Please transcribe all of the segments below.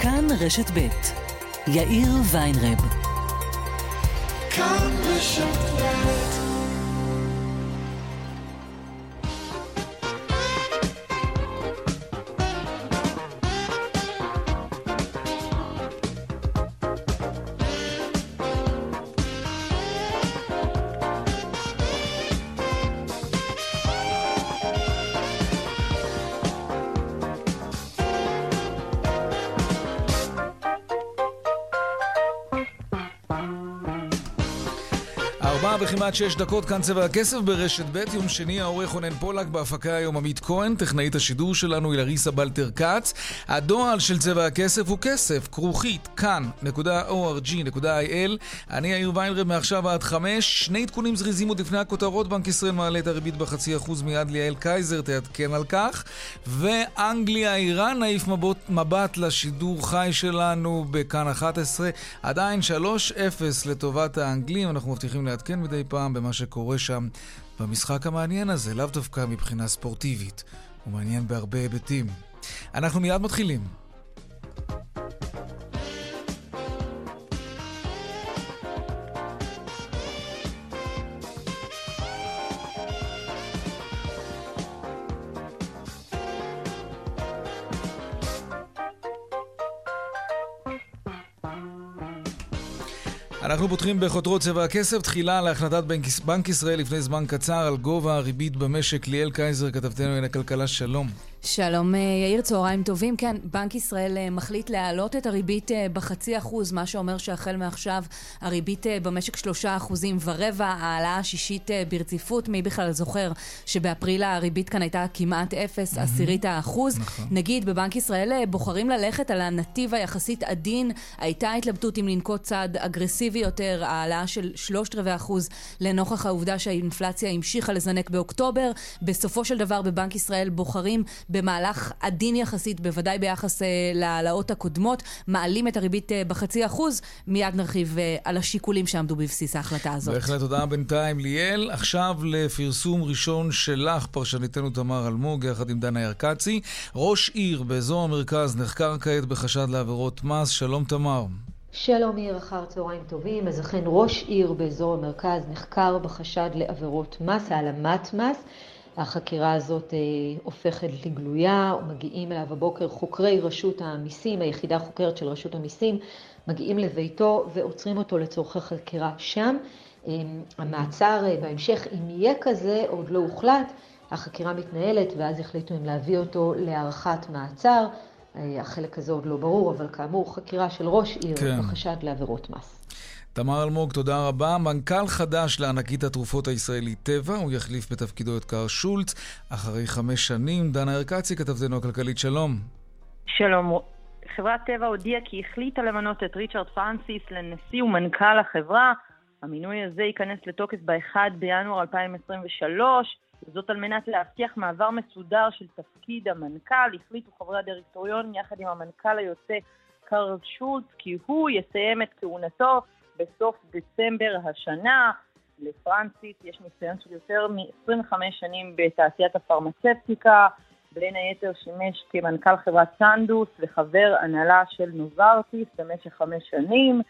כאן רשת ב' יאיר ויינרב. כאן רשת ב'. וכמעט 6 דקות, כאן צבע הכסף ברשת ב'. יום שני, העורך רונן פולק, בהפקה היום עמית כהן, טכנאית השידור שלנו אילריסה בלטר קץ. הדואל של צבע הכסף הוא כסף, כרוכית, כאן.org.il. אני יאיר ויינרב, מעכשיו עד 5. 2 עדכונים זריזים עוד לפני הכותרות. בנק ישראל מעלה את הריבית ב0.5% מיד. ליאל קייזר תעדכן על כך. ואנגליה, איראן, נעיף מבט לשידור חי שלנו בכאן 11. עדיין 3-0 לטובת האנגלים. אנחנו מבטיחים לעדכן מדי פעם במה שקורה שם במשחק המעניין הזה, לאו דווקא מבחינה ספורטיבית, הוא מעניין בהרבה היבטים. אנחנו מיד מתחילים. אנחנו פותחים בחותרות צבע הכסף, תחילה להחלטת בנק ישראל לפני זמן קצר על גובה הריבית במשק. ליאל קייזר, כתבתנו לענייני כלכלה, שלום. שלום יאיר, צהריים טובים. כן, בנק ישראל מחליט להעלות את הריבית ב0.5%, מה שאומר שהחל מעכשיו הריבית במשק 3.25%, העלאה השישית ברציפות. מי בכלל זוכר שבאפריל הריבית כאן הייתה כמעט 0.1%. נכון. נגיד, בבנק ישראל בוחרים ללכת על הנתיב היחסית עדין. הייתה התלבטות אם לנקוט צעד אגרסיבי יותר, העלאה של 0.75% לנוכח העובדה שהאינפלציה המשיכה לזנק באוקטובר. בסופו של דבר בבנק ישראל בוחרים במהלך עדין יחסית, בוודאי ביחס להעלאות הקודמות, מעלים את הריבית ב0.5%. מיד נרחיב על השיקולים שעמדו בבסיס ההחלטה הזאת. בהחלט, תודה בינתיים ליאל. עכשיו לפרסום ראשון שלך, פרשניתנו תמר אלמוג, יחד עם דנה ירקצי. ראש עיר באזור המרכז נחקר כעת בחשד לעבירות מס. שלום תמר. שלום יאיר, אחר צהריים טובים. אז אכן ראש עיר באזור המרכז נחקר בחשד לעבירות מס, העלמת מס. החקירה הזאת הופכת לגלויה, ומגיעים אליו הבוקר חוקרי רשות המיסים, היחידה החוקרת של רשות המיסים, מגיעים לביתו ועוצרים אותו לצורכי חקירה שם. המעצר בהמשך, אם יהיה כזה, עוד לא הוחלט, החקירה מתנהלת, ואז החליטו אם להביא אותו להארכת מעצר. החלק הזה עוד לא ברור, אבל כאמור חקירה של ראש עיר בחשד לעבירות מס. תמר אלמוג, תודה רבה. מנכ"ל חדש לענקית התרופות הישראלית טבע, הוא יחליף בתפקידו את קארל שולץ אחרי 5 שנים. דנה ירקצי, כתבתנו הכלכלית, שלום. שלום. חברת טבע הודיעה כי החליטה למנות את ריצ'רד פרנסיס לנשיא ומנכ"ל החברה. המינוי הזה ייכנס לתוקף ב-1 בינואר 2023, זאת על מנת להבטיח מעבר מסודר של תפקיד המנכ"ל. החליטו חברי הדירקטוריון יחד עם המנכ"ל היוצא קארל שולץ כי הוא יסיים את כהונתו בסוף דצמבר השנה. לפרנסיס יש ניסיון של יותר מ-25 שנים בתעשיית הפרמצפטיקה, בין היתר שימש כמנכ"ל חברת סנדוס וחבר הנהלה של נוברטיס במשך 5 שנים,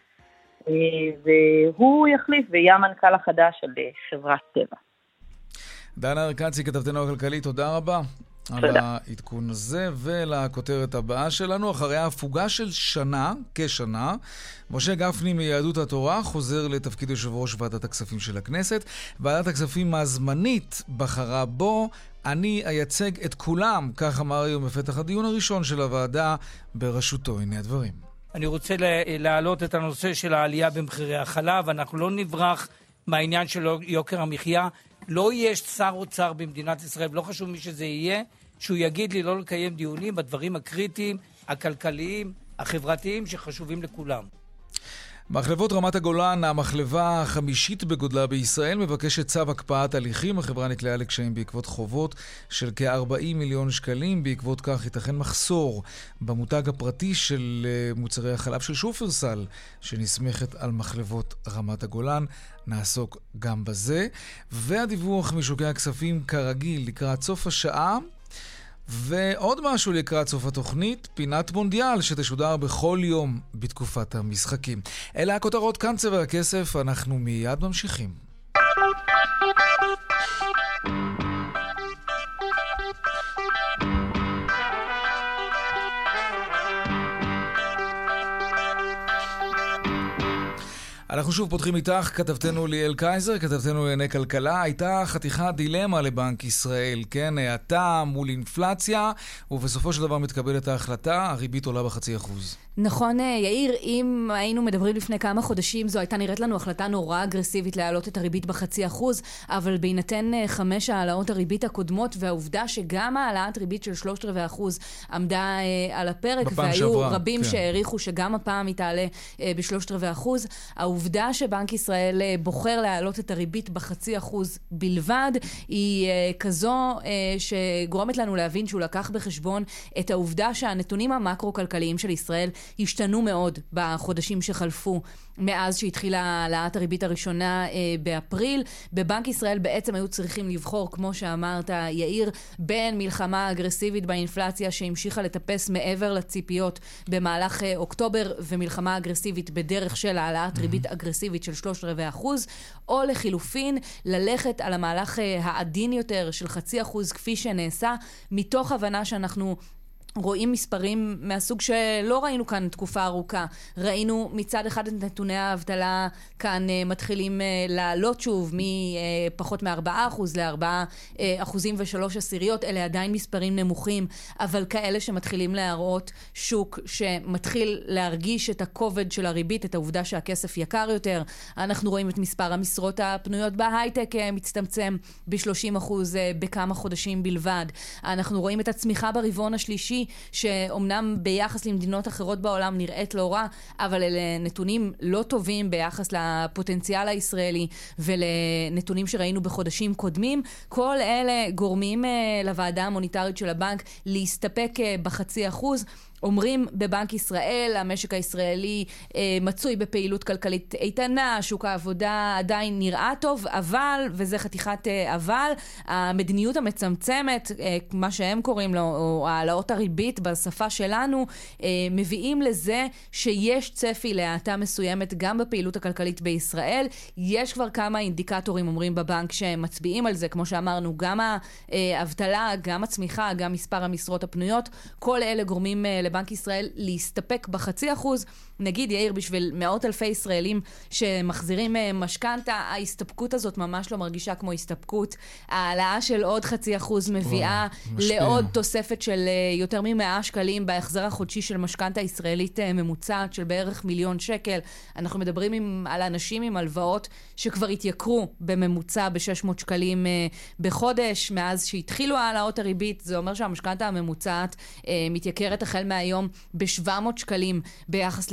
והוא יחליף ויהיה המנכ"ל החדש של חברת טבע. דנה ירקצי, כתבתנו הכלכלית, תודה רבה. על העדכון הזה ולכותרת הבאה שלנו. אחרי ההפוגה של כשנה, משה גפני מיהדות התורה חוזר לתפקיד יושב ראש ועדת הכספים של הכנסת. ועדת הכספים הזמנית בחרה בו. אני אייצג את כולם, כך אמר היום בפתח הדיון הראשון של הוועדה בראשותו. הנה הדברים. אני רוצה להעלות את הנושא של העלייה במחירי החלב. אנחנו לא נברח מהעניין של יוקר המחיה. לא יש שר אוצר במדינת ישראל, לא חשוב מי שזה יהיה, שהוא יגיד לי לא לקיים דיונים בדברים הקריטיים, הכלכליים, החברתיים שחשובים לכולם. מחלבות רמת הגולן, המחלבה החמישית בגודלה בישראל, מבקשת צו הקפאת הליכים. החברה נקלעה לקשיים בעקבות חובות של כ-40 מיליון שקלים. בעקבות כך ייתכן מחסור במותג הפרטי של מוצרי החלב של שופרסל, שנסמכת על מחלבות רמת הגולן. נעסוק גם בזה. והדיווח משוקי הכספים כרגיל לקראת סוף השעה. ועוד משהו לקראת סוף התוכנית, פינת מונדיאל שתשודר בכל יום בתקופת המשחקים. אלה הכותרות, כאן צבע הכסף, אנחנו מיד ממשיכים. אנחנו שוב פותחים איתך, כתבתנו ליאל קייזר, כתבתנו לענייני כלכלה. הייתה חתיכת דילמה לבנק ישראל, כן? האטה מול אינפלציה, ובסופו של דבר מתקבלת ההחלטה, הריבית עולה ב0.5%. נכון, יאיר, אם היינו מדברים לפני כמה חודשים, זו הייתה נראית לנו החלטה נורא אגרסיבית להעלות את הריבית ב0.5%, אבל בהינתן 5 העלאות הריבית הקודמות, והעובדה שגם העלאת ריבית של 0.75% עמדה על הפרק, והיו רבים שהעריכו שגם הפעם היא תעלה ב0.75%, העובדה שבנק ישראל בוחר להעלות את הריבית ב0.5% בלבד, היא כזו שגורמת לנו להבין שהוא לקח בחשבון את העובדה שהנתונים המקרו-כלכליים של ישראל השתנו מאוד בחודשים שחלפו מאז שהתחילה העלאת הריבית הראשונה באפריל. בבנק ישראל בעצם היו צריכים לבחור, כמו שאמרת יאיר, בין מלחמה אגרסיבית באינפלציה שהמשיכה לטפס מעבר לציפיות במהלך אוקטובר, ומלחמה אגרסיבית בדרך של העלאת ריבית אגרסיבית של 0.75%, או לחילופין ללכת על המהלך העדין יותר של 0.5% כפי שנעשה, מתוך הבנה שאנחנו רואים מספרים מהסוג שלא ראינו כאן תקופה ארוכה. ראינו מצד אחד את נתוני האבטלה כאן מתחילים לעלות שוב מפחות מ4% ל4.3%. אלה עדיין מספרים נמוכים, אבל כאלה שמתחילים להראות שוק שמתחיל להרגיש את הכובד של הריבית, את העובדה שהכסף יקר יותר. אנחנו רואים את מספר המשרות הפנויות בהייטק מצטמצם ב30% בכמה חודשים בלבד. אנחנו רואים את הצמיחה ברבעון השלישי, שאומנם ביחס למדינות אחרות בעולם נראית לא רע, אבל אלה נתונים לא טובים ביחס לפוטנציאל הישראלי ולנתונים שראינו בחודשים קודמים. כל אלה גורמים לוועדה המוניטרית של הבנק להסתפק ב0.5%. אומרים בבנק ישראל, המשק הישראלי מצוי בפעילות כלכלית איתנה, שוק העבודה עדיין נראה טוב, אבל, וזה חתיכת אבל, המדיניות המצמצמת, מה שהם קוראים לו, או העלאות הריבית בשפה שלנו, מביאים לזה שיש צפי להאטה מסוימת גם בפעילות הכלכלית בישראל. יש כבר כמה אינדיקטורים, אומרים בבנק, שמצביעים על זה, כמו שאמרנו, גם האבטלה, גם הצמיחה, גם מספר המשרות הפנויות, כל אלה גורמים לבנק ישראל להסתפק ב0.5%. נגיד יאיר, בשביל מאות אלפי ישראלים שמחזירים משכנתה, ההסתפקות הזאת ממש לא מרגישה כמו הסתפקות. העלאה של עוד 0.5% מביאה לעוד תוספת של יותר מ100 שקלים בהחזר החודשי של משכנתה ישראלית ממוצעת של בערך 1,000,000 שקל. אנחנו מדברים על אנשים עם הלוואות שכבר התייקרו בממוצע ב600 שקלים בחודש מאז שהתחילו העלאות הריבית. זה אומר שהמשכנתה הממוצעת מתייקרת החל מהיום ב700 שקלים ביחס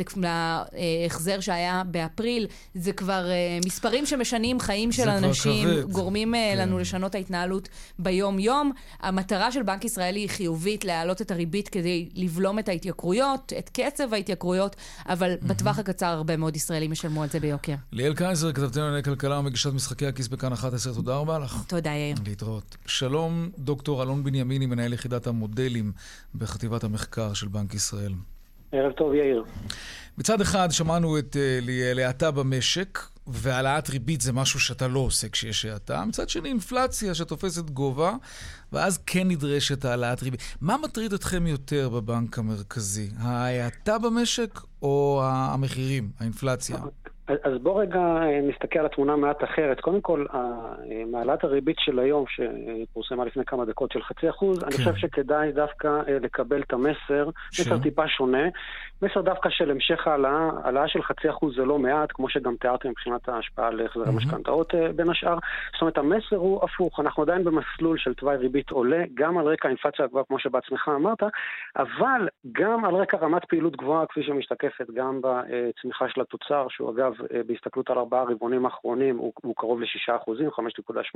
להחזר שהיה באפריל. זה כבר מספרים שמשנים חיים של אנשים, גורמים לנו לשנות ההתנהלות ביום יום. המטרה של בנק ישראל היא חיובית להעלות את הריבית כדי לבלום את ההתייקרויות, את קצב ההתייקרויות, אבל בטווח הקצר הרבה מאוד ישראלים ישלמו על זה ביוקר. ליאל קייזר, כתבתנו לענייני כלכלה ומגישת משחקי הכיס בכאן 11, תודה רבה לך. תודה יאיר. להתראות. שלום דוקטור אלון בנימיני, מנהל יחידת המודלים בחטיבת המחקר של בנק ישראל. ערב טוב יאיר. מצד אחד שמענו את להאטה במשק, והעלאת ריבית זה משהו שאתה לא עושה כשיש האטה. מצד שני אינפלציה שתופסת גובה, ואז כן נדרשת העלאת ריבית. מה מטריד אתכם יותר בבנק המרכזי? ההאטה במשק או המחירים, האינפלציה? אז בוא רגע נסתכל על התמונה מעט אחרת. קודם כל, מעלת הריבית של היום, שפורסמה לפני כמה דקות של 0.5%, אני חושב שכדאי דווקא לקבל את המסר, מסר טיפה שונה, מסר דווקא של המשך העלאה של 0.5% זה לא מעט, כמו שגם תיארתם מבחינת ההשפעה על החזר המשכנתאות בין השאר. זאת אומרת, המסר הוא הפוך, אנחנו עדיין במסלול של תוואי ריבית עולה, גם על רקע האינפלציה הגבוהה, כמו שבעצמך אמרת, אבל גם על רקע רמת פעילות גבוהה, כפי שמשתקפת גם בצמיחה של התוצר, שהוא אגב בהסתכלות על 4 רבעונים האחרונים הוא קרוב ל6%, 5.8%.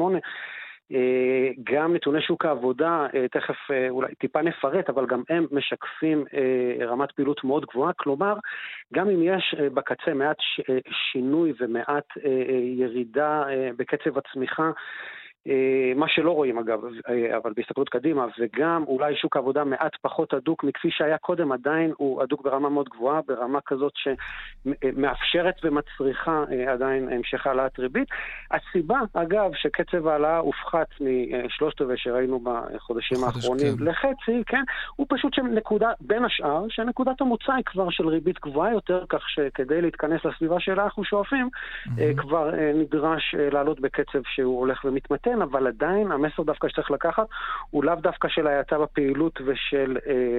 גם נתוני שוק העבודה, תכף אולי טיפה נפרט, אבל גם הם משקפים רמת פעילות מאוד גבוהה. כלומר, גם אם יש בקצה מעט שינוי ומעט ירידה בקצב הצמיחה, מה שלא רואים אגב, אבל בהסתכלות קדימה, וגם אולי שוק העבודה מעט פחות אדוק מכפי שהיה קודם, עדיין הוא אדוק ברמה מאוד גבוהה, ברמה כזאת שמאפשרת ומצריכה עדיין המשך העלאת ריבית. הסיבה, אגב, שקצב העלאה הופחת משלושת רבעי שראינו בחודשים האחרונים לחצי, כן, הוא פשוט שנקודה, בין השאר, שנקודת המוצא היא כבר של ריבית גבוהה יותר, כך שכדי להתכנס לסביבה שלה אנחנו שואפים, כבר נדרש לעלות בקצב שהוא הולך ומתמתן, אבל עדיין המסר דווקא שצריך לקחת הוא לאו דווקא של ההאטה בפעילות ושל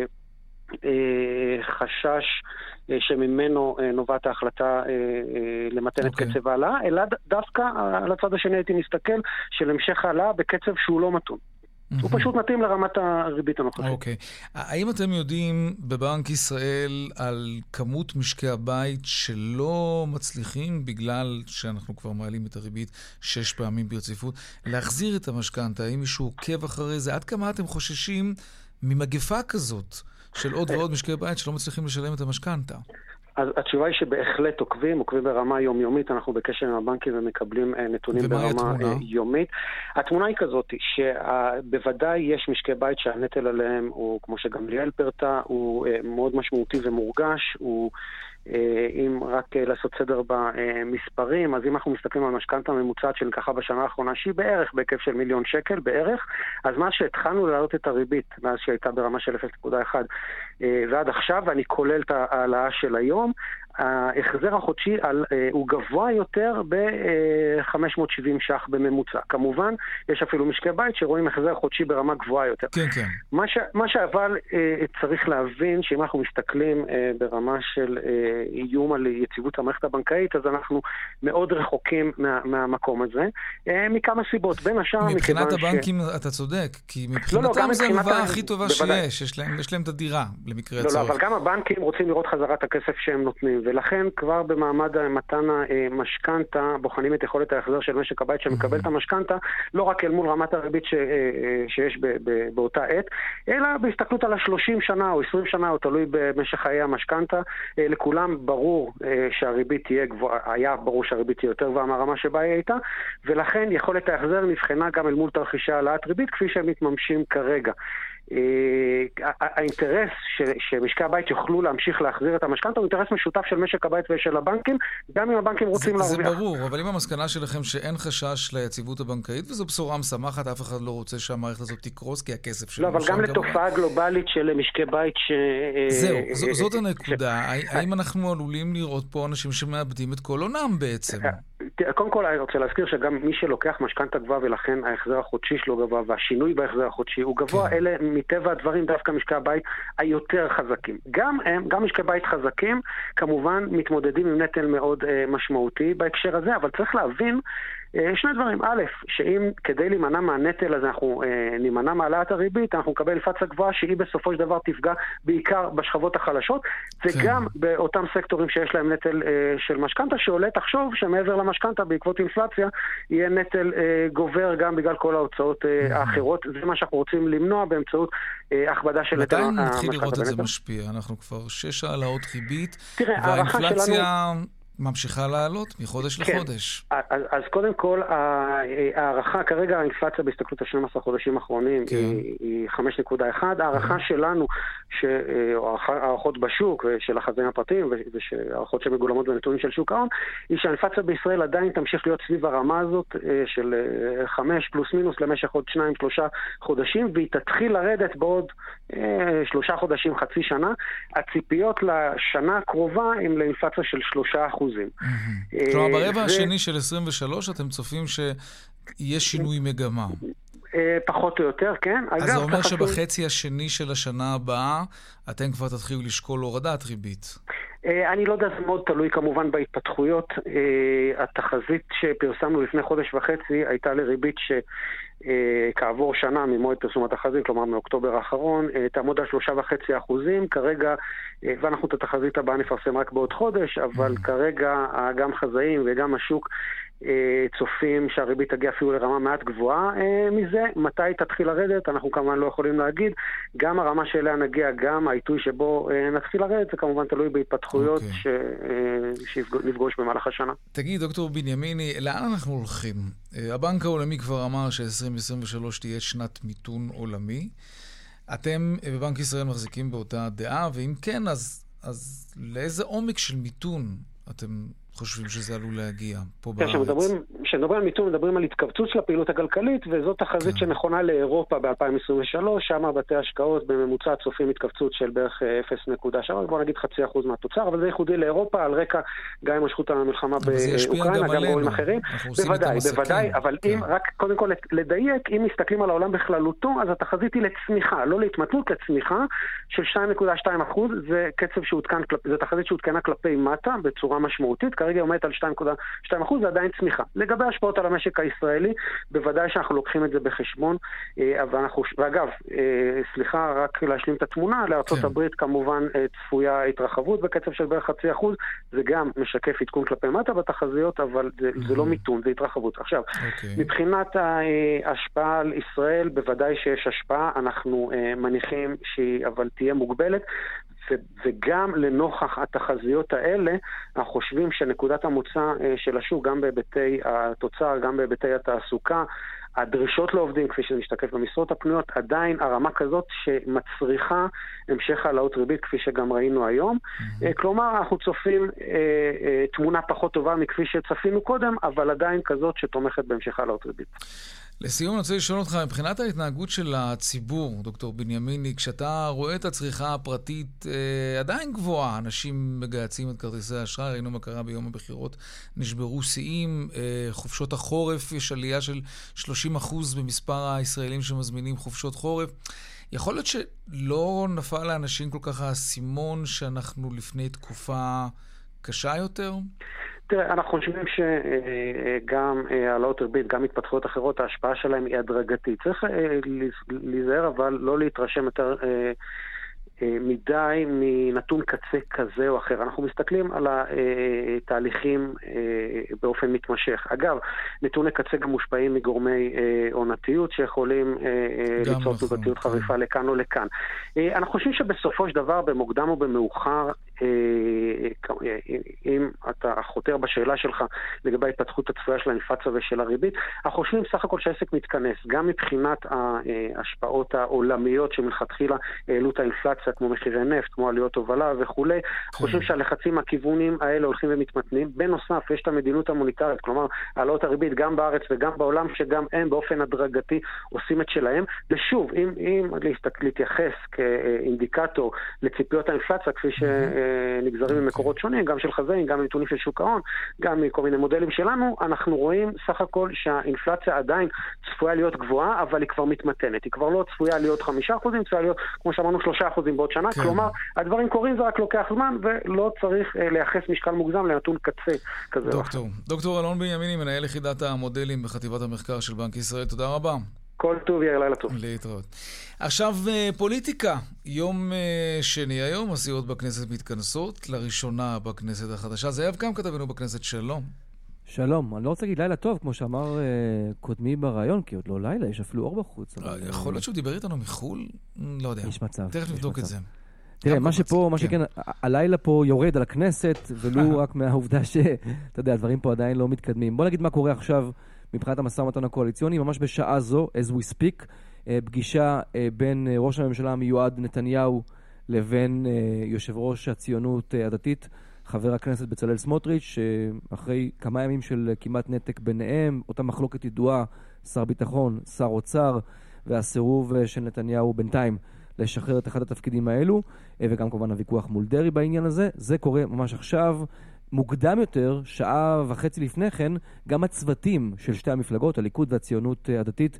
חשש שממנו נובעת ההחלטה למתן את קצב העלאה, אלא דווקא על הצד השני הייתי מסתכל של המשך העלאה בקצב שהוא לא מתון. הוא פשוט מתאים לרמת הריבית הנוכחית. אוקיי. האם אתם יודעים בבנק ישראל על כמות משקי הבית שלא מצליחים, בגלל שאנחנו כבר מעלים את הריבית 6 פעמים ברציפות, להחזיר את המשכנתא? האם מישהו עוקב אחרי זה? עד כמה אתם חוששים ממגפה כזאת של עוד ועוד משקי בית שלא מצליחים לשלם את המשכנתא? אז התשובה היא שבהחלט עוקבים ברמה יומיומית, אנחנו בקשר עם הבנקים ומקבלים נתונים ברמה יומית. התמונה היא כזאת, שבוודאי יש משקי בית שהנטל עליהם, הוא, כמו שגם ליאל פרטה, הוא מאוד משמעותי ומורגש, הוא אם רק לעשות סדר במספרים, אז אם אנחנו מסתכלים על משכנתא ממוצעת שלקחה בשנה האחרונה, שהיא בערך בהיקף של 1,000,000 שקל בערך, אז מה שהתחלנו להעלות את הריבית, מאז שהייתה ברמה של 0.1 ועד עכשיו, ואני כולל את העלאה של היום, ההחזר החודשי הוא גבוה יותר ב-570 ש"ח בממוצע. כמובן, יש אפילו משקי בית שרואים החזר חודשי ברמה גבוהה יותר. כן, כן. מה שאבל צריך להבין, שאם אנחנו מסתכלים ברמה של איום על יציבות המערכת הבנקאית, אז אנחנו מאוד רחוקים מהמקום הזה, מכמה סיבות. בין השאר, מבחינת הבנקים אתה צודק, כי מבחינתם זה ההלוואה הכי טובה שיש, יש להם את הדירה, למקרה הצורך. לא, אבל גם הבנקים רוצים לראות חזרת הכסף שהם נותנים, ולכן כבר במעמד מתן המשכנתא בוחנים את יכולת ההחזר של משק הבית שמקבל את המשכנתא, לא רק אל מול רמת הריבית שיש באותה עת, אלא בהסתכלות על 30 שנה או 20 שנה, או תלוי במשך חיי המשכנתא. לכולם ברור שהריבית תהיה גבוהה, היה ברור שהריבית תהיה יותר גבוהה מהרמה שבה היא הייתה, ולכן יכולת ההחזר נבחנה גם אל מול תרחישי העלאת ריבית כפי שהם מתממשים כרגע. האינטרס שמשקי הבית יוכלו להמשיך להחזיר את המשכנתא הוא אינטרס משותף של משק הבית ושל הבנקים, גם אם הבנקים רוצים להרוויח. זה ברור, אבל אם המסקנה שלכם שאין חשש ליציבות הבנקאית, וזו בשורה משמחת, אף אחד לא רוצה שהמערכת הזאת תקרוס, כי הכסף שלנו... לא, אבל גם לתופעה גלובלית של משקי בית זהו, זאת הנקודה. האם אנחנו עלולים לראות פה אנשים שמאבדים את כל עונם בעצם? קודם כל, אני רוצה להזכיר שגם מי שלוקח משכנתא גבוה ולכן ההחזר החודשי שלו גבוה והשינוי בהחזר החודשי הוא גבוה, אלה מטבע הדברים דווקא משקי הבית היותר חזקים. גם משקי בית חזקים כמובן מתמודדים עם נטל מאוד משמעותי בהקשר הזה, אבל צריך להבין שני דברים. א', שאם כדי להימנע מהנטל הזה אנחנו נימנע מעלאת הריבית, אנחנו נקבל אינפלציה גבוהה שהיא בסופו של דבר תפגע בעיקר בשכבות החלשות, וגם באותם סקטורים שיש להם נטל של משכנתא, שעולה תחשוב שמעבר למשכנתא בעקבות אינפלציה יהיה נטל גובר גם בגלל כל ההוצאות האחרות. זה מה שאנחנו רוצים למנוע באמצעות הכבדה של נטל המשכנתא. מתי נתחיל לראות את זה משפיע? אנחנו כבר 6 העלאות ריבית, והאינפלציה ממשיכה לעלות מחודש לחודש. אז קודם כל, הערכה, כרגע האינפלציה בהסתכלות ה-12 חודשים האחרונים היא 5.1. הערכה שלנו, או הערכות בשוק של החזאים הפרטיים, והערכות שמגולמות בנתונים של שוק ההון, היא שהאינפלציה בישראל עדיין תמשיך להיות סביב הרמה הזאת של 5 פלוס מינוס למשך עוד 2-3 חודשים, והיא תתחיל לרדת בעוד 3 חודשים, חצי שנה. הציפיות לשנה הקרובה הם לאינפלציה של 3%. כלומר, ברבע השני של 23 אתם צופים שיהיה שינוי מגמה. פחות או יותר, כן. אז זה אומר שבחצי השני של השנה הבאה אתם כבר תתחילו לשקול הורדת ריבית. אני לא יודע, זה מאוד תלוי כמובן בהתפתחויות. התחזית שפרסמנו לפני חודש וחצי הייתה לריבית שכעבור שנה ממועד פרסום התחזית, כלומר מאוקטובר האחרון, תעמוד על 3.5%. כרגע, ואנחנו את התחזית הבאה נפרסם רק בעוד חודש, אבל כרגע גם חזאים וגם השוק צופים שהריבית תגיע אפילו לרמה מעט גבוהה מזה. מתי תתחיל לרדת? אנחנו כמובן לא יכולים להגיד. גם הרמה שאליה נגיע, גם העיתוי שבו נתחיל לרדת, זה כמובן תלוי בהתפתחויות שנפגוש במהלך השנה. תגיד, דוקטור בנימיני, לאן אנחנו הולכים? הבנק העולמי כבר אמר ש-2023 תהיה שנת מיתון עולמי. אתם בבנק ישראל מחזיקים באותה דעה, ואם כן, אז לאיזה עומק של מיתון אתם חושבים שזה עלול להגיע פה בארץ? כשמדברים על מיתון, מדברים על התכווצות של הפעילות הכלכלית, וזאת תחזית שנכונה לאירופה ב-2023, שם בתי השקעות בממוצע צופים התכווצות של בערך 0.7, בוא נגיד 0.5% מהתוצר, אבל זה ייחודי לאירופה, על רקע גם משכות המלחמה באוקראינה, גם גורמים אחרים. בוודאי, אבל אם רק קודם כל לדייק, אם מסתכלים על העולם בכללותו, אז התחזית היא לצמיחה, לא להתמתנות, לצמיחה של 2.2%, זה קצב שהותקן, זה תחזית שהותקנה כלפי מטה בצורה משמעותית, כרגע עומדת על 2.2%, זה עדיין צמיחה. לגבי השפעות על המשק הישראלי, בוודאי שאנחנו לוקחים את זה בחשבון, ואגב, סליחה, רק להשלים את התמונה, לארצות הברית כמובן צפויה התרחבות בקצב של בערך 0.5%, זה גם משקף עדכון כלפי מטה בתחזיות, אבל זה לא מיתון, זה התרחבות. עכשיו, מבחינת ההשפעה על ישראל, בוודאי שיש השפעה, אנחנו מניחים שהיא אבל תהיה מוגבלת, וגם לנוכח התחזיות האלה, אנחנו חושבים שנקודת המוצא של השוק, גם בהיבטי התוצר, גם בהיבטי התעסוקה, הדרישות לעובדים, כפי שזה משתקף במשרות הפנויות, עדיין הרמה כזאת שמצריכה המשך העלאות ריבית, כפי שגם ראינו היום. כלומר, אנחנו צופים תמונה פחות טובה מכפי שצפינו קודם, אבל עדיין כזאת שתומכת בהמשך העלאות ריבית. לסיום, אני רוצה לשאול אותך, מבחינת ההתנהגות של הציבור, דוקטור בנימיני, כשאתה רואה את הצריכה הפרטית עדיין גבוהה, אנשים מגייצים את כרטיסי האשראי, ראינו מה קרה ביום הבחירות, נשברו שיאים, חופשות החורף, יש עלייה של 30% במספר הישראלים שמזמינים חופשות חורף. יכול להיות שלא נפל לאנשים כל כך האסימון שאנחנו לפני תקופה קשה יותר? תראה, אנחנו חושבים שגם העלאות ריבית, גם התפתחויות אחרות, ההשפעה שלהם היא הדרגתית. צריך להיזהר, אבל לא להתרשם יותר מדי מנתון קצה כזה או אחר. אנחנו מסתכלים על התהליכים באופן מתמשך. אגב, נתוני קצה גם מושפעים מגורמי עונתיות שיכולים ליצור תנודתיות חריפה לכאן או לכאן. אנחנו חושבים שבסופו של דבר, במוקדם או במאוחר, אם אתה חותר בשאלה שלך לגבי ההתפתחות הצפויה של האינפלציה ושל הריבית, אנחנו חושבים סך הכל שהעסק מתכנס, גם מבחינת ההשפעות העולמיות שמלכתחילה העלו את האינפלציה, כמו מחירי נפט, כמו עליות הובלה וכו'. אנחנו חושבים שהלחצים מהכיוונים האלה הולכים ומתמתנים. בנוסף, יש את המדיניות המוניטרית, כלומר, העלאות הריבית גם בארץ וגם בעולם, שגם הם באופן הדרגתי עושים את שלהם. ושוב, אם להתייחס כאינדיקטור לציפיות האינפלציה, כפי שנגזרים ממקורות שונים, גם של חזאים, גם מנתונים של שוק ההון, גם מכל מיני מודלים שלנו, אנחנו רואים סך הכל שהאינפלציה עדיין צפויה להיות גבוהה, אבל היא כבר מתמתנת. היא כבר לא צפויה להיות 5%, צפויה להיות, כמו שאמרנו, 3% בעוד שנה. כלומר, הדברים קורים, זה רק לוקח זמן, ולא צריך לייחס משקל מוגזם לנתון קצה כזה. דוקטור אלון בנימיני, מנהל יחידת המודלים בחטיבת המחקר של בנק ישראל, תודה רבה. כל טוב, יאיר, לילה טוב. להתראות. עכשיו פוליטיקה. יום שני היום, הסיעות בכנסת מתכנסות, לראשונה בכנסת החדשה. זאב קם כתבנו בכנסת, שלום. שלום, אני לא רוצה להגיד לילה טוב, כמו שאמר קודמי ברעיון, כי עוד לא לילה, יש אפילו אור בחוץ. יכול להיות שהוא דיבר איתנו מחול? לא יודע. יש מצב. תכף נבדוק את זה. תראה, מה שכן, הלילה פה יורד על הכנסת, ולו רק מהעובדה אתה יודע, הדברים פה עדיין לא מתקדמים. בוא נגיד מה קורה עכשיו מבחינת המשא ומתן הקואליציוני, ממש בשעה זו, as we speak, פגישה בין ראש הממשלה המיועד נתניהו לבין יושב ראש הציונות הדתית, חבר הכנסת בצלאל סמוטריץ', שאחרי כמה ימים של כמעט נתק ביניהם, אותה מחלוקת ידועה, שר ביטחון, שר אוצר, והסירוב של נתניהו בינתיים לשחרר את אחד התפקידים האלו, וגם כמובן הוויכוח מול דרי בעניין הזה. זה קורה ממש עכשיו. מוקדם יותר, שעה וחצי לפני כן, גם הצוותים של שתי המפלגות, הליכוד והציונות הדתית,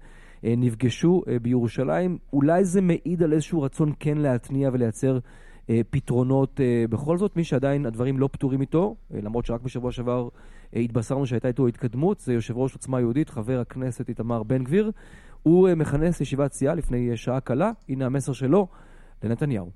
נפגשו בירושלים. אולי זה מעיד על איזשהו רצון כן להתניע ולייצר פתרונות. בכל זאת, מי שעדיין הדברים לא פתורים איתו, למרות שרק בשבוע שעבר התבשרנו שהייתה איתו התקדמות, זה יושב ראש עוצמה יהודית, חבר הכנסת איתמר בן גביר. הוא מכנס ישיבת סיעה לפני שעה קלה. הנה המסר שלו לנתניהו.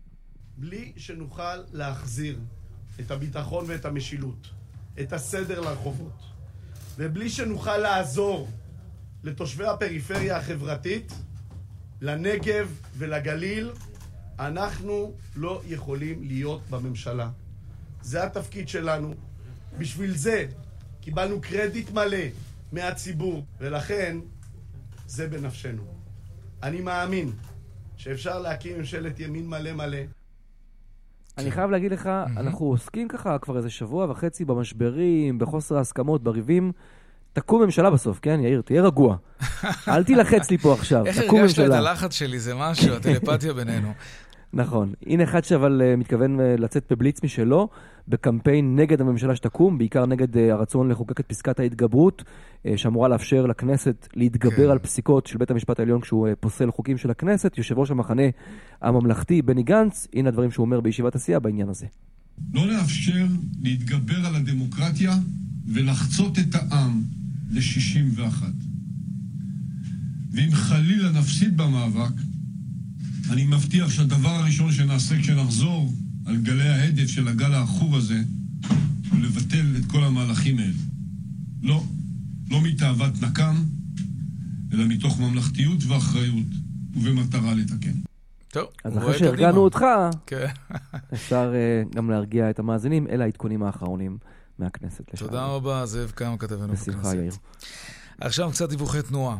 בלי שנוכל להחזיר את הביטחון ואת המשילות, את הסדר לרחובות, ובלי שנוכל לעזור לתושבי הפריפריה החברתית, לנגב ולגליל, אנחנו לא יכולים להיות בממשלה. זה התפקיד שלנו. בשביל זה קיבלנו קרדיט מלא מהציבור, ולכן זה בנפשנו. אני מאמין שאפשר להקים ממשלת ימין מלא מלא. אני חייב להגיד לך, אנחנו עוסקים ככה כבר איזה שבוע וחצי במשברים, בחוסר ההסכמות, בריבים. תקום ממשלה בסוף, כן, יאיר? תהיה רגוע. אל תילחץ לי פה עכשיו. איך הרגשת את הלחץ שלי? זה משהו, הטלפתיה בינינו. נכון. הנה אחד שאבל מתכוון לצאת בבליץ משלו, בקמפיין נגד הממשלה שתקום, בעיקר נגד הרצון לחוקק את פסקת ההתגברות, שאמורה לאפשר לכנסת להתגבר על פסיקות של בית המשפט העליון כשהוא פוסל חוקים של הכנסת. יושב ראש המחנה הממלכתי בני גנץ, הנה הדברים שהוא אומר בישיבת הסיעה בעניין הזה. לא לאפשר להתגבר על הדמוקרטיה ולחצות את העם ל-61. ואם חלילה נפסיד במאבק, אני מבטיח שהדבר הראשון שנעשה כשנחזור על גלי ההדף של הגל העכור הזה, הוא לבטל את כל המהלכים האלה. לא מתאוות נקם, אלא מתוך ממלכתיות ואחריות, ובמטרה לתקן. טוב, אז אחרי שהרגענו אותך, אפשר גם להרגיע את המאזינים, אלה העדכונים האחרונים מהכנסת. תודה רבה, זאב קם, כתבנו בכנסת. בשמחה, יאיר. עכשיו קצת דיווחי תנועה.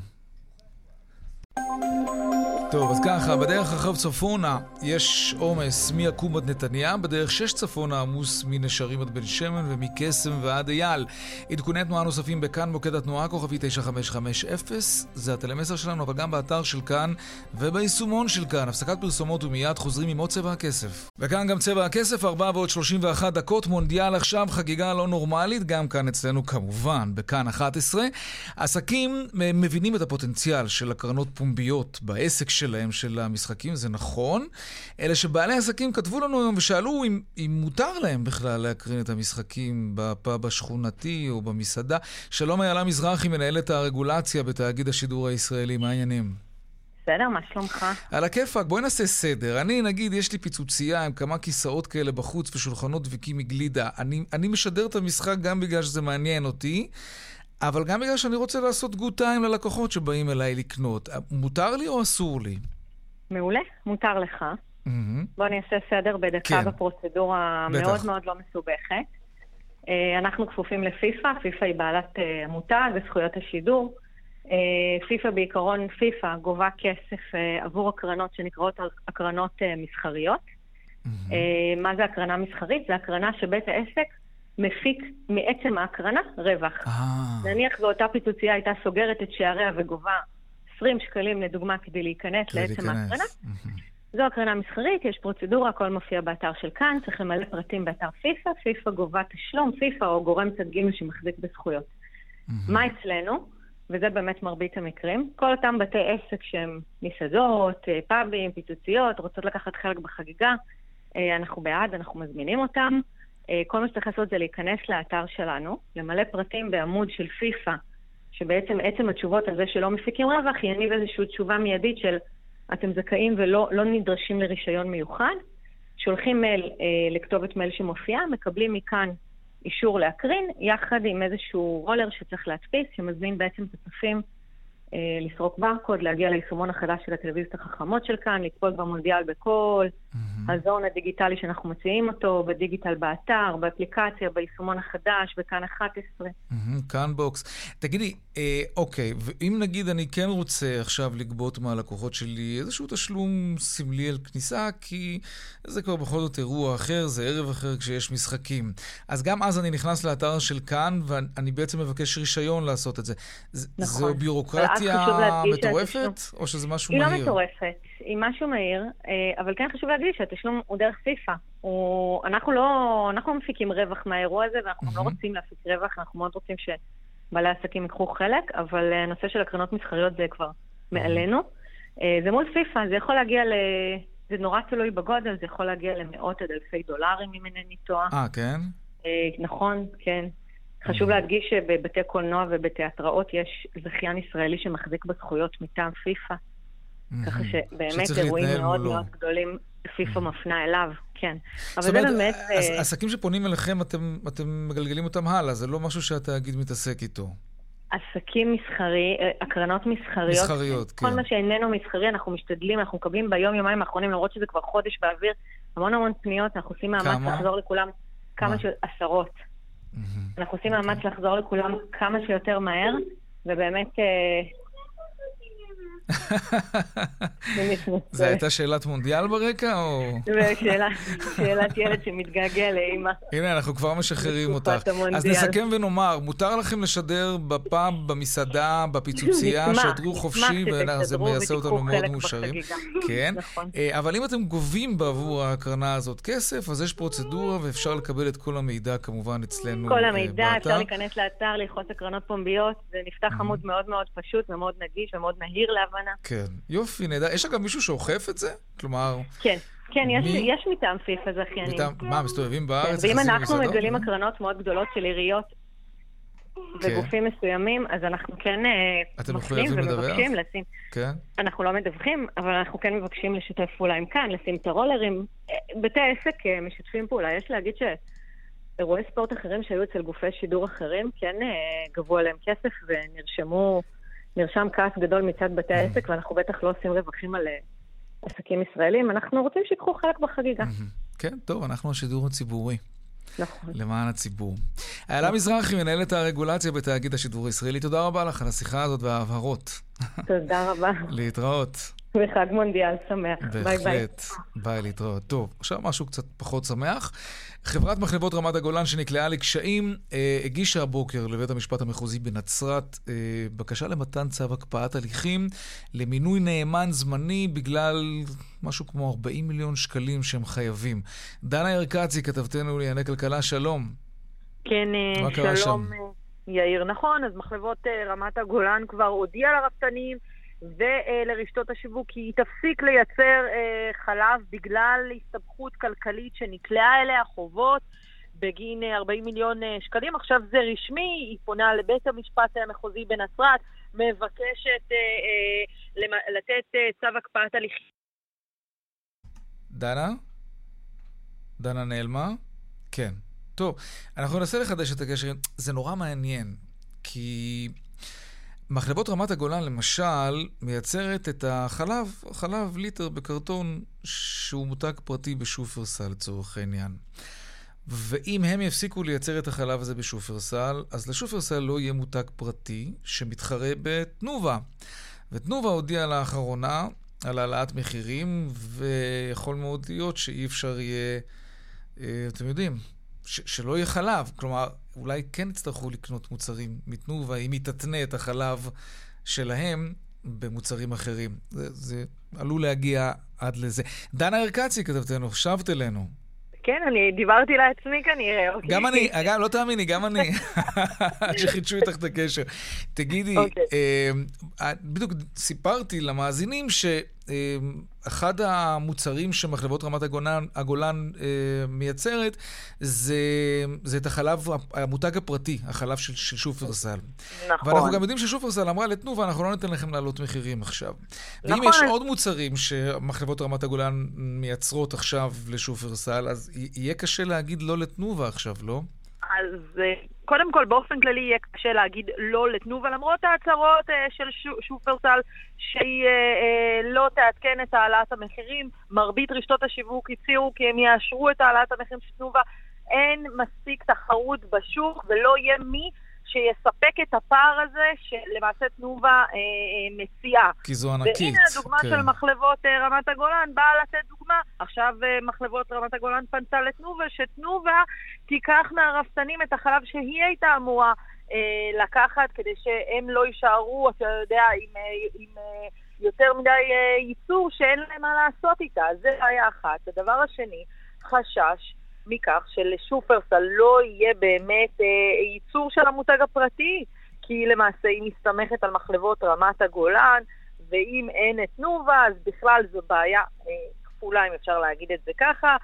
טוב, אז ככה, בדרך רחב צפונה יש עומס מעקום עד נתניה, בדרך 6 צפונה עמוס מנשרים עד בן שמן ומקסם ועד אייל. עדכוני תנועה נוספים בכאן מוקד התנועה, כוכבי 9550, זה הטלמסר שלנו, אבל גם באתר של כאן וביישומון של כאן. הפסקת פרסומות ומיד חוזרים עם עוד צבע הכסף. וכאן גם צבע הכסף, 4:31, מונדיאל עכשיו, חגיגה לא נורמלית, גם כאן אצלנו כמובן, בכאן 11. עסקים מבינים את הפוטנציאל של הקרנות פומביות בעסק שלהם של המשחקים, זה נכון. אלה שבעלי עסקים כתבו לנו היום ושאלו אם מותר להם בכלל להקרין את המשחקים בפאב השכונתי או במסעדה. שלום איילה מזרחי, מנהלת הרגולציה בתאגיד השידור הישראלי, מה העניינים? בסדר, מה שלומך? על הכיפק, בואי נעשה סדר. אני נגיד, יש לי פיצוצייה עם כמה כיסאות כאלה בחוץ ושולחנות דביקים מגלידה. אני משדר את המשחק גם בגלל שזה מעניין אותי, אבל גם בגלל שאני רוצה לעשות גוד טיים ללקוחות שבאים אליי לקנות. מותר לי או אסור לי? מעולה, מותר לך. בוא נעשה סדר בדקה בפרוצדורה מאוד מאוד לא מסובכת. אנחנו כפופים לפיפה, פיפה היא בעלת המותג וזכויות השידור. פיפה בעיקרון, פיפה גובה כסף עבור הקרנות שנקראות הקרנות מסחריות. מה זה הקרנה מסחרית? זה הקרנה שבית העסק מפיק מעצם ההקרנה רווח. נניח באותה פיצוצייה הייתה סוגרת את שעריה וגובה 20 שקלים לדוגמה כדי להיכנס לעצם ההקרנה. זו הקרנה מסחרית, יש פרוצדורה, הכל מופיע באתר של כאן, צריך למלא פרטים באתר פיפה, פיפה גובה תשלום, פיפה או גורם צד ג' שמחזיק בזכויות. מה אצלנו? וזה באמת מרבית המקרים. כל אותם בתי עסק שהם מסעדות, פאבים, פיצוציות, רוצות לקחת חלק בחגיגה, אנחנו בעד, אנחנו מזמינים אותם. כל מה שצריך לעשות זה להיכנס לאתר שלנו, למלא פרטים בעמוד של פיפה, שבעצם עצם התשובות על זה שלא מפיקים רווח, יניב איזושהי תשובה מיידית של אתם זכאים ולא נדרשים לרישיון מיוחד, שולחים מייל לכתובת מייל שמופיעה, מקבלים מכאן אישור להקרין, יחד עם איזשהו רולר שצריך להדפיס, שמזמין בעצם את הצופים לסרוק ברקוד, להגיע ליישומון החדש של הטלוויזיות החכמות של כאן, לצפות במונדיאל בכל, הזון הדיגיטלי שאנחנו מציעים אותו, בדיגיטל באתר, באפליקציה, ביישומון החדש, בכאן 11. כאן בוקס. תגידי, אוקיי, ואם נגיד אני כן רוצה עכשיו לגבות מהלקוחות שלי איזשהו תשלום סמלי על כניסה, כי זה כבר בכל זאת אירוע אחר, זה ערב אחר כשיש משחקים. אז גם אז אני נכנס לאתר של כאן, ואני בעצם מבקש רישיון לעשות את זה. נכון. זו בירוקרטיה מטורפת, או שזה משהו מהיר? היא לא מטורפת, היא משהו מהיר, אבל כן חשוב להגיד שהתשלום הוא דרך פיפה. אנחנו לא מפיקים רווח מהאירוע הזה, ואנחנו לא רוצים להפיק רווח, אנחנו מאוד רוצים שבעלי עסקים יקחו חלק, אבל הנושא של הקרנות מסחריות זה כבר מעלינו. זה מול פיפה, זה יכול להגיע זה נורא תלוי בגודל, זה יכול להגיע למאות עד אלפי דולרים אם אינני טועה. כן? נכון, כן. חשוב להדגיש שבבתי קולנוע ובתיאטראות יש זכיין ישראלי שמחזיק בזכויות מטעם פיפה. ככה שבאמת אירועים מאוד מאוד גדולים פיפה מפנה אליו. כן. אבל זה באמת... עסקים שפונים אליכם, אתם מגלגלים אותם הלאה, זה לא משהו שהתאגיד מתעסק איתו. עסקים מסחרי, הקרנות מסחריות. מסחריות, כן. כל מה שאיננו מסחרי, אנחנו משתדלים, אנחנו מקבלים ביום יומיים האחרונים, למרות שזה כבר חודש באוויר, המון פניות, אנחנו עושים מאמץ לחזור לכולם כמה עשרות. אנחנו עושים מאמץ לחזור לכולם כמה שיותר מהר, ובאמת... זה הייתה שאלת מונדיאל ברקע, או... שאלת ילד שמתגעגע לאמא. הנה, אנחנו כבר משחררים אותך. אז נסכם ונאמר, מותר לכם לשדר בפאב, במסעדה, בפיצוצייה, שדרו חופשי, וזה מייעשה אותנו מאוד מאושרים. כן, אבל אם אתם גובים בעבור ההקרנה הזאת כסף, אז יש פרוצדורה, ואפשר לקבל את כל המידע כמובן אצלנו. כל המידע, אפשר להיכנס לאתר, ללחוץ הקרנות פומביות, ונפתח עמוד מאוד מאוד פשוט ומאוד נגיש ומאוד נהיר להבנה. כן, יופי, נדע. יש אגב מישהו שאוכף את זה? כלומר... כן, יש מטעם פיפ"א זכיינים. מה, מסתובבים בארץ? ואם אנחנו מגלים הקרנות מאוד גדולות של עיריות וגופים מסוימים, אז אנחנו כן מפנים ומבקשים לשים. אנחנו לא מדווחים, אבל אנחנו כן מבקשים לשתף פעולה עם כאן, לשים את הרולרים. בתי העסק משתפים פעולה. יש להגיד שאירועי ספורט אחרים שהיו אצל גופי שידור אחרים, כן גבו עליהם כסף נרשם כעס גדול מצד בתי העסק, ואנחנו בטח לא עושים רווחים על עסקים ישראלים. אנחנו רוצים שיקחו חלק בחגיגה. כן, טוב, אנחנו השידור הציבורי. נכון. למען הציבור. איילה מזרחי, מנהלת הרגולציה בתאגיד השידור הישראלי. תודה רבה לך על השיחה הזאת וההבהרות. תודה רבה. להתראות. וחג מונדיאל שמח. ביי ביי. בהחלט. ביי, להתראות. טוב, עכשיו משהו קצת פחות שמח. חברת מחלבות רמת הגולן שנקלעה לקשיים הגישה הבוקר לבית המשפט המחוזי בנצרת בקשה למתן צו הקפאת הליכים למינוי נאמן זמני בגלל משהו כמו 40 מיליון שקלים שהם חייבים. דנה ירקצי, כתבתנו לענייני כלכלה, שלום. כן, שלום יאיר. נכון, אז מחלבות רמת הגולן כבר הודיעה לרפתנים ולרשתות השיווק כי היא תפסיק לייצר חלב בגלל הסתבכות כלכלית שנקלעה אליה חובות בגין 40 מיליון שקלים. עכשיו זה רשמי, היא פונה לבית המשפט המחוזי בנצרת, מבקשת לתת צו הקפאת הליכים. דנה נעלמה? כן. טוב, אנחנו ננסה לחדש את הקשר. זה נורא מעניין, כי מחלבות רמת הגולן, למשל, מייצרת את חלב ליטר בקרטון שהוא מותג פרטי בשופרסל, לצורך העניין. ואם הם יפסיקו לייצר את החלב הזה בשופרסל, אז לשופרסל לא יהיה מותג פרטי שמתחרה בתנובה. ותנובה הודיעה לאחרונה על העלאת מחירים, ויכול מאוד להיות שאי אפשר יהיה, אתם יודעים, שלא יהיה חלב. כלומר, אולי כן יצטרכו לקנות מוצרים מתנובה, אם יתתנה את החלב שלהם במוצרים אחרים. זה עלול להגיע עד לזה. דנה ירקצי, כתבתנו, שבת אלינו. כן, אני דיברתי לעצמי כנראה. גם אני, אגב, לא תאמיני, גם אני. שחידשו איתך את הקשר. תגידי, בדיוק סיפרתי למאזינים שאחד המוצרים שמחלבות רמת הגולן מייצרת, זה את החלב, המותג הפרטי, החלב של שופרסל. נכון. ואנחנו גם יודעים ששופרסל אמרה לתנובה, אנחנו לא ניתן לכם לעלות מחירים עכשיו. ואם יש עוד מוצרים שמחלבות רמת הגולן מייצרות עכשיו לשופרסל, אז יהיה קשה להגיד לא לתנובה עכשיו, לא? אז קודם כל, באופן כללי יהיה קשה להגיד לא לתנובה, למרות ההצהרות של שופרסל שהיא לא תעדכן את העלאת המחירים. מרבית רשתות השיווק הציעו כי הם יאשרו את העלאת המחירים של תנובה. אין מספיק תחרות בשוק ולא יהיה מי שיספק את הפער הזה שלמעשה תנובה מציעה. כי זו ענקית. והנה הדוגמה של מחלבות רמת הגולן באה לתת דוגמה. עכשיו מחלבות רמת הגולן פנתה לתנובה, שתנובה תיקח מהרפתנים את החלב שהיא הייתה אמורה לקחת, כדי שהם לא יישארו, אתה יודע, עם יותר מדי ייצור שאין להם מה לעשות איתה. זה היה אחת. הדבר השני, חשש מכך שלשופרסל לא יהיה באמת ייצור של המותג הפרטי, כי למעשה היא מסתמכת על מחלבות רמת הגולן, ואם אין את תנובה, אז בכלל זו בעיה כפולה, אם אפשר להגיד את זה ככה.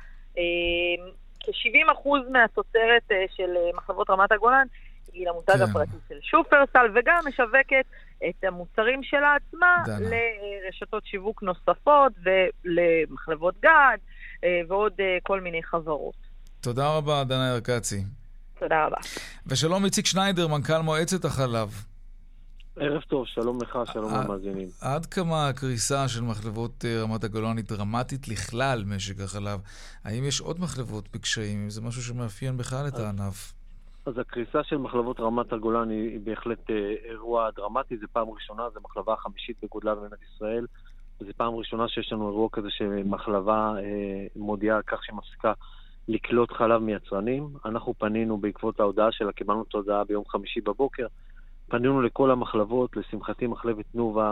כ-70% מהתוצרת של מחלבות רמת הגולן היא למותג הפרטי של שופרסל, וגם משווקת את המוצרים שלה עצמה לרשתות שיווק נוספות ולמחלבות גד ועוד כל מיני חברות. תודה רבה, דנה ירקצי. תודה רבה. ושלום איציק שניידר, מנכ"ל מועצת החלב. ערב טוב, שלום לך, שלום למאזינים. עד כמה הקריסה של מחלבות רמת הגולן היא דרמטית לכלל משק החלב? האם יש עוד מחלבות בקשיים? זה משהו שמאפיין בכלל את הענף? אז הקריסה של מחלבות רמת הגולן היא בהחלט אירוע דרמטי. זה פעם ראשונה, זה מחלבה החמישית בגודלה במדינת ישראל. זה פעם ראשונה שיש לנו אירוע כזה שמחלבה מודיעה על כך שמפסיקה לקלוט חלב מיצרנים. אנחנו פנינו בעקבות ההודעה שלה, קיבלנו את ההודעה ביום חמישי בבוקר. פנינו לכל המחלבות, לשמחתי מחלבת תנובה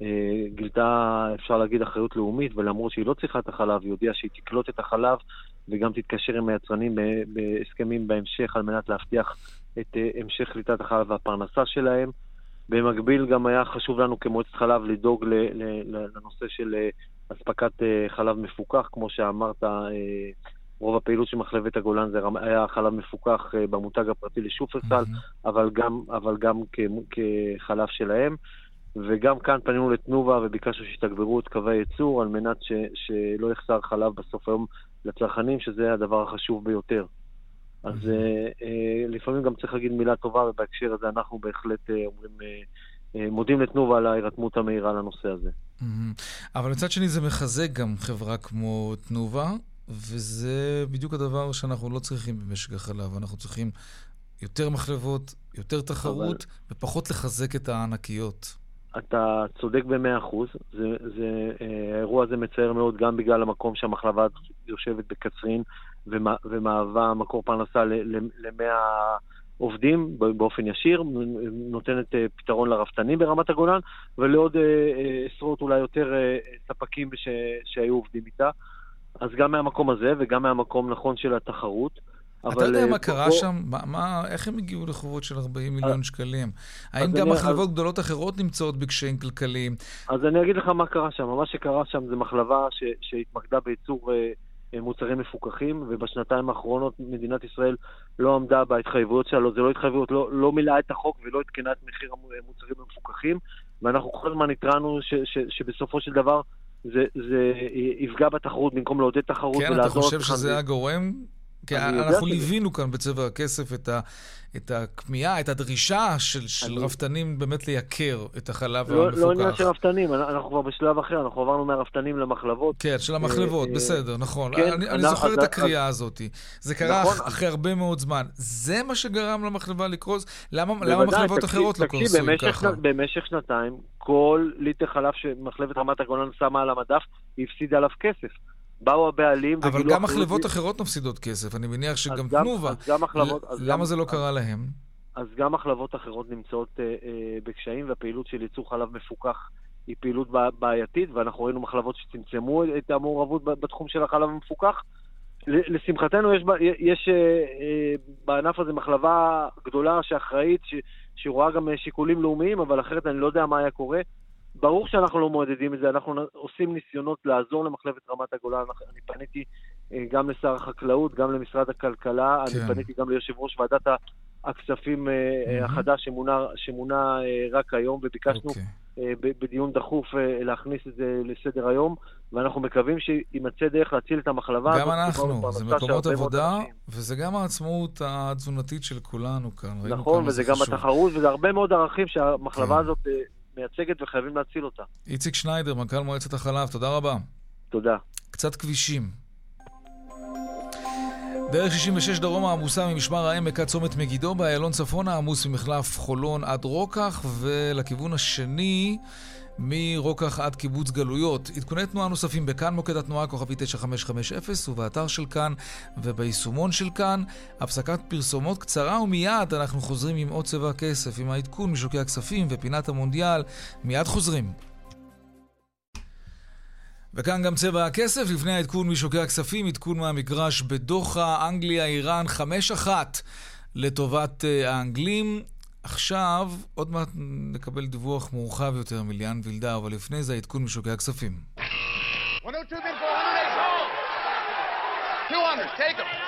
גילתה, אפשר להגיד, אחריות לאומית, ולמרות שהיא לא צריכה את החלב, היא הודיעה שהיא תקלוט את החלב, וגם תתקשר עם היצרנים בהסכמים בהמשך, על מנת להבטיח את המשך קליטת החלב והפרנסה שלהם. במקביל גם היה חשוב לנו כמועצת חלב לדאוג לנושא של אספקת חלב מפוקח, כמו שאמרת, רוב הפעילות של מחלבת הגולן זה היה חלב מפוקח במותג הפרטי לשופרסל, אבל גם כחלב שלהם. וגם כאן פנינו לתנובה וביקשנו שיתגברו את קווי הייצור על מנת שלא יחסר חלב בסוף היום לצרכנים, שזה הדבר החשוב ביותר. אז לפעמים גם צריך להגיד מילה טובה, ובהקשר הזה אנחנו בהחלט מודים לתנובה על ההירתמות המהירה לנושא הזה. אבל מצד שני זה מחזק גם חברה כמו תנובה, וזה בדיוק הדבר שאנחנו לא צריכים במשק החלב. אנחנו צריכים יותר מחלבות, יותר תחרות, ופחות לחזק את הענקיות. אתה צודק ב100%. האירוע הזה מצייר מאוד גם בגלל המקום שהמחלבה יושבת בקצרין, ומהווה מקור פרנסה ל100 עובדים באופן ישיר, נותנת פתרון לרפתנים ברמת הגולן, ולעוד עשרות אולי יותר ספקים שהיו עובדים איתה. אז גם מהמקום הזה וגם מהמקום נכון של התחרות. אתה יודע מה קרה שם? איך הם הגיעו לחובות של 40 מיליון שקלים? האם גם מחלבות גדולות אחרות נמצאות בקשיים כלכליים? אז אני אגיד לך מה קרה שם. מה שקרה שם זה מחלבה שהתמקדה בייצור מוצרים מפוקחים, ובשנתיים האחרונות מדינת ישראל לא עמדה בהתחייבויות שלה, זה לא התחייבויות, לא מילאה את החוק ולא התקנה את מחיר המוצרים המפוקחים, ואנחנו כל הזמן התרענו שבסופו של דבר זה יפגע בתחרות במקום לעודד תחרות. כן, אתה חושב שזה הגורם? כי אנחנו ליווינו כאן בצבע הכסף את הכמיהה, את הדרישה של רפתנים באמת לייקר את החלב המפוקח. לא עניין של רפתנים, אנחנו כבר בשלב אחר, אנחנו עברנו מהרפתנים למחלבות. כן, של המחלבות, בסדר, נכון. אני זוכר את הקריאה הזאת. זה קרה אחרי הרבה מאוד זמן. זה מה שגרם למחלבה לקרוס? למה מחלבות אחרות לא קורסו ככה? במשך שנתיים, כל ליטר חלב שמחלבת רמת הגולן שמה על המדף, היא הפסידה עליו כסף. באו הבעלים... אבל גם מחלבות אחרות מפסידות כסף. אני מניח שגם תנובה. למה זה לא קרה להם? אז גם מחלבות אחרות נמצאות בקשיים, והפעילות של ייצור חלב מפוקח היא פעילות בעייתית, ואנחנו ראינו מחלבות שצמצמו את המעורבות בתחום של החלב המפוקח. לשמחתנו יש בענף הזה מחלבה גדולה שאחראית, שרואה גם שיקולים לאומיים, אבל אחרת אני לא יודע מה היה קורה. ברור שאנחנו לא מועדדים את זה, אנחנו עושים ניסיונות לעזור למחלבת רמת הגולן. אני פניתי גם לשר החקלאות, גם למשרד הכלכלה, אני פניתי גם ליושב ראש ועדת הכספים החדש שמונה רק היום, וביקשנו בדיון דחוף להכניס את זה לסדר היום, ואנחנו מקווים שימצא דרך להציל את המחלבה. גם אנחנו, זה מקומות עבודה, וזה גם העצמאות התזונתית של כולנו כאן. נכון, וזה גם התחרות, וזה הרבה מאוד ערכים שהמחלבה הזאת מייצגת וחייבים להציל אותה. איציק שניידר, מנכ"ל מועצת החלב, תודה רבה. תודה. קצת כבישים. דרך 66 דרומה עמוסה ממשמר העמק עד צומת מגידו, באיילון צפונה עמוס ממחלף חולון עד רוקח, ולכיוון השני מרוקח עד קיבוץ גלויות. עדכוני תנועה נוספים בכאן מוקד התנועה כוכבי 9550 ובאתר של כאן וביישומון של כאן. הפסקת פרסומות קצרה ומיד אנחנו חוזרים עם עוד צבע הכסף, עם העדכון משוקי הכספים ופינת המונדיאל. מיד חוזרים. וכאן גם צבע הכסף, לפני העדכון משוקי הכספים, עדכון מהמגרש בדוחה, אנגליה, איראן, 5-1 לטובת האנגלים. עכשיו, עוד מעט נקבל דיווח מורחב יותר מליאן וילדה, אבל לפני זה העדכון משוקי הכספים. 102, 200, take them.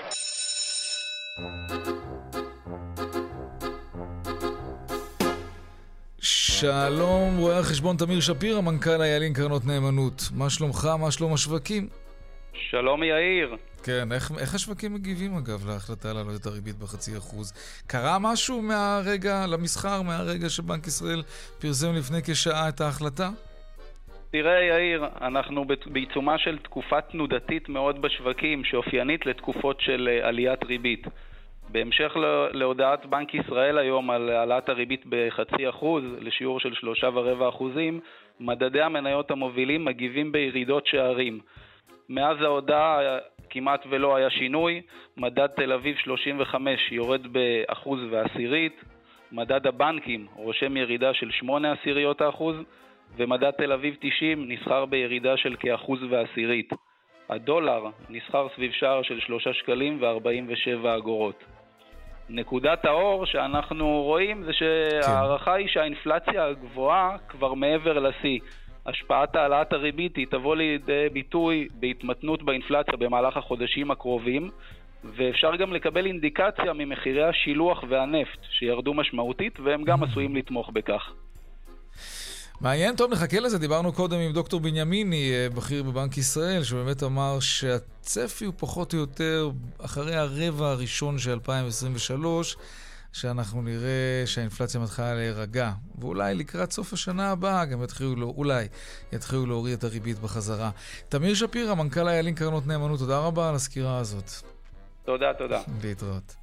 שלום, רואה החשבון תמיר שפיר, המנכ"ל איילים קרנות נאמנות. מה שלומך? מה שלום השווקים? שלום יאיר. כן, איך השווקים מגיבים אגב להחלטה להעלות את הריבית ב0.5%? קרה משהו מהרגע למסחר, מהרגע שבנק ישראל פרסם לפני כשעה את ההחלטה? תראה יאיר, אנחנו בעיצומה של תקופה תנודתית מאוד בשווקים, שאופיינית לתקופות של עליית ריבית. בהמשך להודעת בנק ישראל היום על העלאת הריבית ב0.5% לשיעור של 3.25%, מדדי המניות המובילים מגיבים בירידות שערים. מאז ההודעה כמעט ולא היה שינוי, מדד תל אביב 35 יורד ב1.1%, מדד הבנקים רושם ירידה של 0.8%, ומדד תל אביב 90 נסחר בירידה של כ1.1%. הדולר נסחר סביב שער של 3.47 שקלים. נקודת האור שאנחנו רואים זה שהערכה היא שהאינפלציה הגבוהה כבר מעבר לשיא. השפעת העלאת הריבית היא תבוא לידי ביטוי בהתמתנות באינפלציה במהלך החודשים הקרובים, ואפשר גם לקבל אינדיקציה ממחירי השילוח והנפט שירדו משמעותית, והם גם עשויים לתמוך בכך. מעניין, טוב, נחכה לזה. דיברנו קודם עם דוקטור בנימיני, בכיר בבנק ישראל, שבאמת אמר שהצפי הוא פחות או יותר אחרי הרבע הראשון של 2023, שאנחנו נראה שהאינפלציה מתחילה להירגע, ואולי לקראת סוף השנה הבאה גם יתחילו להוריד את הריבית בחזרה. תמיר שפירא, מנכ"ל איילים קרנות נאמנות, תודה רבה על הסקירה הזאת. תודה. להתראות.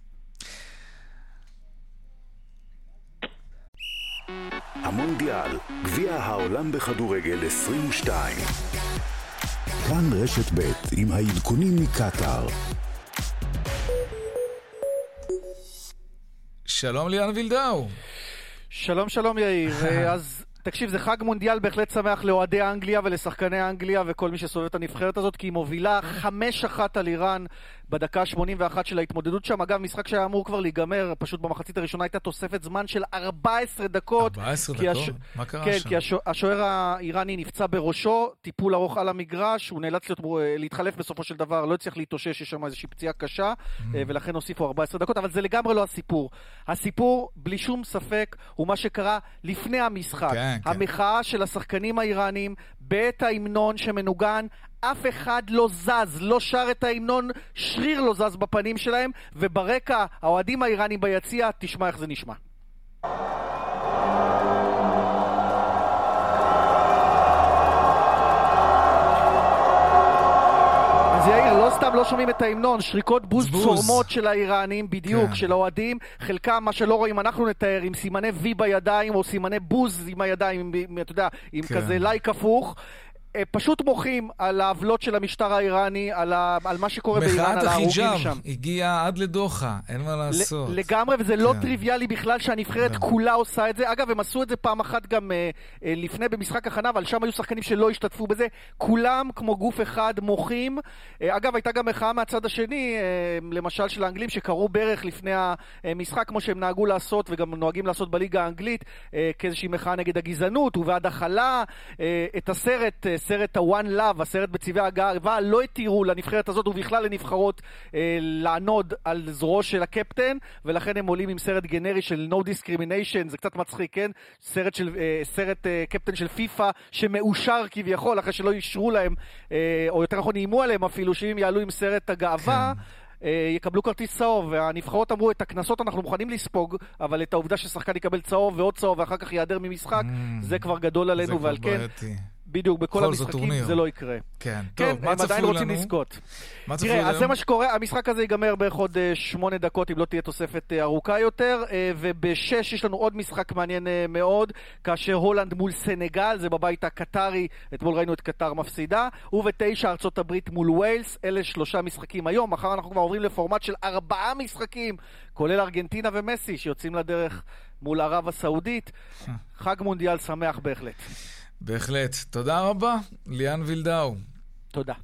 המונדיאל, גביע העולם בכדורגל 22. כאן רשת ב' עם העדכונים מקטר. שלום ליאן וילדאו. שלום יאיר. אז תקשיב, זה חג מונדיאל בהחלט שמח לאוהדי אנגליה ולשחקני אנגליה וכל מי שסובב את הנבחרת הזאת, כי היא מובילה 5-1 על איראן בדקה 81 של ההתמודדות שם. אגב, משחק שהיה אמור כבר להיגמר, פשוט במחצית הראשונה הייתה תוספת זמן של 14 דקות. 14 דקות? מה קרה כן, שם? כי השוער האיראני נפצע בראשו, טיפול ארוך על המגרש, הוא נאלץ להתחלף בסופו של דבר, לא הצליח להתאושש, יש שם איזושהי פציעה קשה, ולכן הוסיפו 14 דקות, אבל זה לגמרי לא הסיפור. הסיפור, בלי שום ספק, הוא מה שקרה לפני המשחק. כן. המחאה של השחקנים האיראנים בעת ההמנון שמנוגן, אף אחד לא זז, לא שר את ההמנון, שריר לא זז בפנים שלהם, וברקע האוהדים האיראנים ביציע, תשמע איך זה נשמע. אז יאיר, לא סתם לא שומעים את ההמנון, שריקות בוז צורמות של האיראנים, בדיוק, של האוהדים, חלקם, מה שלא רואים, אנחנו נתאר, עם סימני וי בידיים, או סימני בוז עם הידיים, אתה יודע, עם כזה לייק הפוך, פשוט מוחים על העוולות של המשטר האיראני, על מה שקורה באיראן, על ההרוגים שם. מחאת החיג'אב הגיעה עד לדוחה, אין מה לעשות. לגמרי, וזה לא טריוויאלי בכלל שהנבחרת כולה עושה את זה. אגב, הם עשו את זה פעם אחת גם לפני במשחק הכנה, אבל שם היו שחקנים שלא השתתפו בזה. כולם כמו גוף אחד מוחים. אגב, הייתה גם מחאה מהצד השני, למשל של האנגלים, שקראו בערך לפני המשחק, כמו שהם נהגו לעשות, וגם נוהגים לעשות בליגה האנגלית, כאיזושהי מחאה נגד הגזענות, ובעד החלה, את סרט ה-One Love, הסרט בצבעי הגאווה, לא התירו לנבחרת הזאת ובכלל לנבחרות לענוד על זרועו של הקפטן, ולכן הם עולים עם סרט גנרי של No Discrimination, זה קצת מצחיק, כן? סרט קפטן של פיפה שמאושר כביכול, אחרי שלא אישרו להם, או יותר נכון איימו עליהם אפילו, שאם יעלו עם סרט הגאווה, יקבלו כרטיס צהוב, והנבחרות אמרו את הכנסות אנחנו מוכנים לספוג, אבל את העובדה ששחקן יקבל צהוב ועוד צהוב ואחר כך יעדר ממשחק, זה כבר גדול עלינו, ועל כן בדיוק, בכל המשחקים זה לא יקרה. כן, טוב, הם עדיין רוצים לזכות. תראה, אז זה מה שקורה, המשחק הזה ייגמר בערך עוד 8 דקות, אם לא תהיה תוספת ארוכה יותר, וב-6 יש לנו עוד משחק מעניין מאוד, כאשר הולנד מול סנגל, זה בבית הקטרי, אתמול ראינו את קטר מפסידה, וב-9 ארצות הברית מול ווילס, אלה 3 משחקים היום, מחר אנחנו כבר עוברים לפורמט של 4 משחקים, כולל ארגנטינה ומסי, שיוצאים לדרך מול ערב הסעודית. חג מונדיאל שמח בהחלט. בהחלט. תודה רבה, ליאן וילדאו. תודה.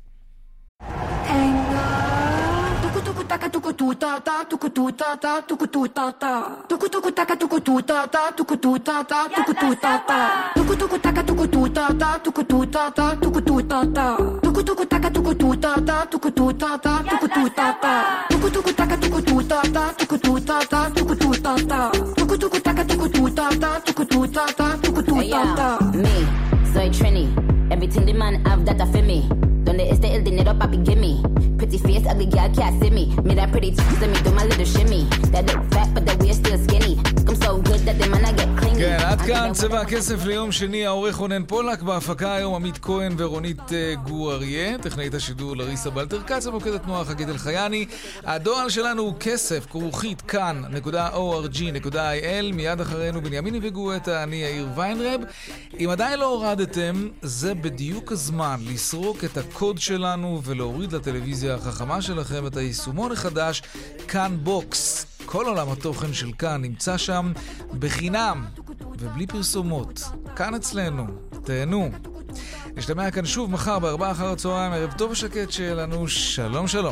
Soy Trini, everything the man have that I feel me. Donde esté el dinero pa' Bobby, gimme. Pretty face, ugly gal can't see me. Me that pretty let me do my little shimmy. That look fat, but that we're still skinny. I'm so good that the man I get clingy. כן, עד כאן צבע הכסף ליום שני, העורך רונן פולק, בהפקה היום עמית כהן ורונית גור אריה, טכנאית השידור לריסה בלטר קץ, המוקד התנועה חגית אלחייני. הדואל שלנו הוא כסף, כרוכית כאן.org.il. מיד אחרינו בנימיני וגואטה, אני יאיר ויינרב. אם עדיין לא הורדתם, זה בדיוק הזמן לסרוק את הקוד שלנו ולהוריד לטלוויזיה החכמה שלכם את היישומון החדש, כאן בוקס. כל עולם התוכן של כאן נמצא שם בחינם ובלי פרסומות. כאן אצלנו. תהנו. נשתמע כאן שוב מחר ב4 אחר הצהריים. ערב טוב ושקט שלנו. שלום שלום.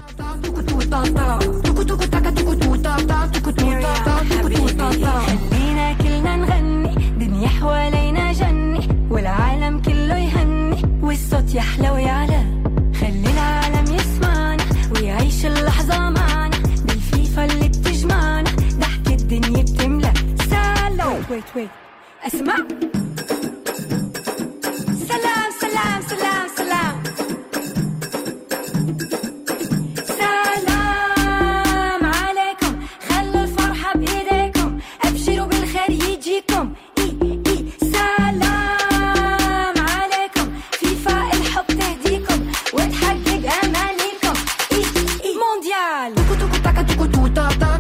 خلينا كلنا نغني دنيا حوالينا جني والعالم كله يهني والصوت يحلى ويعلى خلي العالم يسمعنا ويعيش اللحظة معنا بالفيفا اللي بتجمعنا ضحك الدنيا بتملى سلام ويت اسمع سلام سلام سلام سلام سلام عليكم خلوا الفرحة بإيديكم أبشروا بالخير يجيكم سلام عليكم فيفا الحب تهديكم وتحقق أمانيكم مونديال توكو توكو تاكا توكو توتا